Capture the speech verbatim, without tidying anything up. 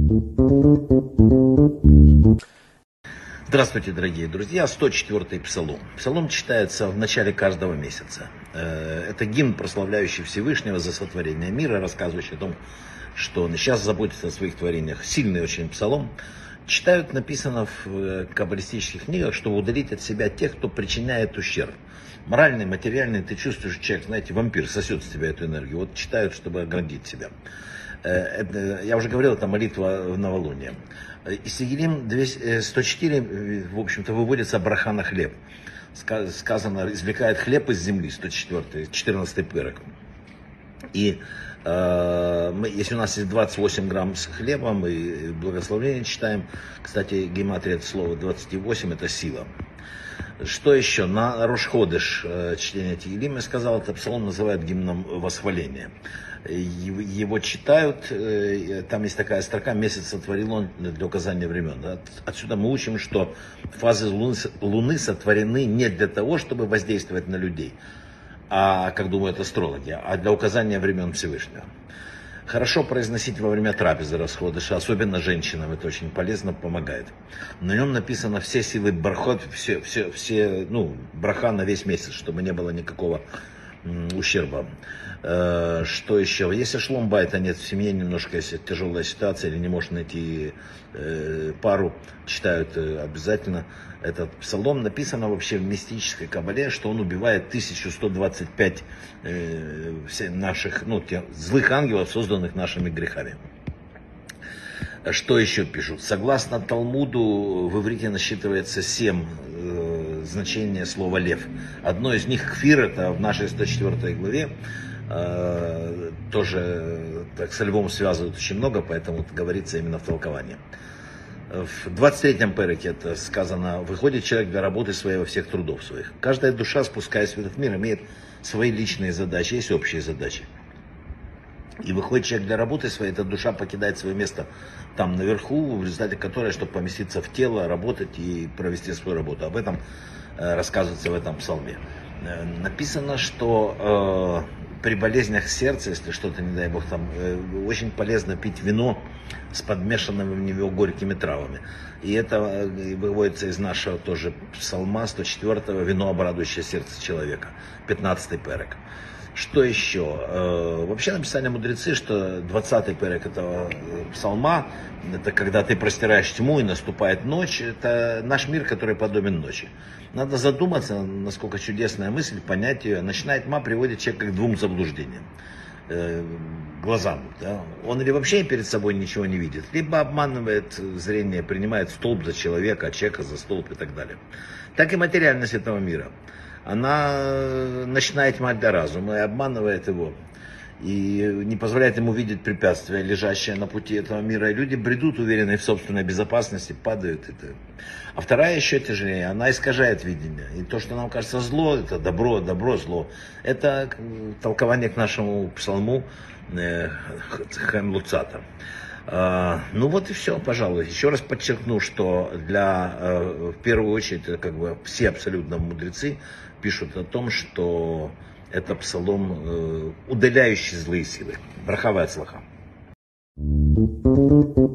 Здравствуйте, дорогие друзья! сто четвёртый Псалом. Псалом читается в начале каждого месяца. Это гимн, прославляющий Всевышнего за сотворение мира, рассказывающий о том, что он сейчас заботится о своих творениях. Сильный очень псалом. Читают, написано в каббалистических книгах, чтобы удалить от себя тех, кто причиняет ущерб. Моральный, материальный, ты чувствуешь, человек, знаете, вампир, сосет с тебя эту энергию. Вот читают, чтобы оградить себя. Я уже говорил, это молитва в новолуние. Из Тегилим сто четыре, в общем-то, выводится браха на хлеб. Сказано, извлекает хлеб из земли, сто четвёртый, четырнадцатый пырок. И э, мы, если у нас есть двадцать восемь грамм с хлебом, мы благословение читаем. Кстати, гематрия это слово двадцать восемь, это сила. Что еще? На Рош ходеш чтение Тегилим, я сказал, это псалом называют гимном восхваления. Его читают, там есть такая строка: «Месяц сотворил он для указания времен». Отсюда мы учим, что фазы Луны сотворены не для того, чтобы воздействовать на людей, а, как думают астрологи, а для указания времен Всевышнего. Хорошо произносить во время трапезы расходыша, особенно женщинам, это очень полезно, помогает. На нем написано все силы бархот, все, все, все, ну, браха на весь месяц, чтобы не было никакого м, ущерба. Э, что еще? Если шломбайта нет в семье, немножко, если тяжелая ситуация или не можешь найти э, пару, читают э, обязательно этот псалом. Написано вообще в мистической кабале, что он убивает тысячу сто двадцать пять э, наших, ну, тех злых ангелов, созданных нашими грехами. Что еще пишут? Согласно Талмуду, в иврите насчитывается семь э, значений слова лев. Одно из них кфир, это в нашей сто четвёртой главе. Э, тоже так, со львом связывают очень много, поэтому говорится именно в толковании. В двадцать третьем переке это сказано: выходит человек для работы своей во всех трудов своих. Каждая душа, спускаясь в этот мир, имеет свои личные задачи, есть общие задачи. И выходит человек для работы своей, эта душа покидает свое место там наверху, в результате которой, чтобы поместиться в тело, работать и провести свою работу. Об этом э, рассказывается в этом псалме. Э, написано, что э, при болезнях сердца, если что-то, не дай бог, там, э, очень полезно пить вино с подмешанными в него горькими травами. И это э, выводится из нашего тоже псалма сто четвёртого, вино, обрадующее сердце человека, пятнадцатый перек. Что еще? Вообще написали мудрецы, что двадцатый перек этого псалма, это когда ты простираешь тьму и наступает ночь, это наш мир, который подобен ночи. Надо задуматься, насколько чудесная мысль, понять ее. Ночная тьма приводит человека к двум заблуждениям. Глазам. Да? Он или вообще перед собой ничего не видит, либо обманывает зрение, принимает столб за человека, а человека за столб и так далее. Так и материальность этого мира. Она начинает тьма для разума и обманывает его. И не позволяет ему видеть препятствия, лежащие на пути этого мира. И люди бредут, уверенные в собственной безопасности, падают. А вторая еще тяжелее, она искажает видение. И то, что нам кажется зло, это добро, добро, зло. Это толкование к нашему псалму Хаим Луцата. Uh, ну вот и все, пожалуй. Еще раз подчеркну, что для, uh, в первую очередь, как бы все абсолютно мудрецы пишут о том, что это псалом, uh, удаляющий злые силы. Брахава ат слаха.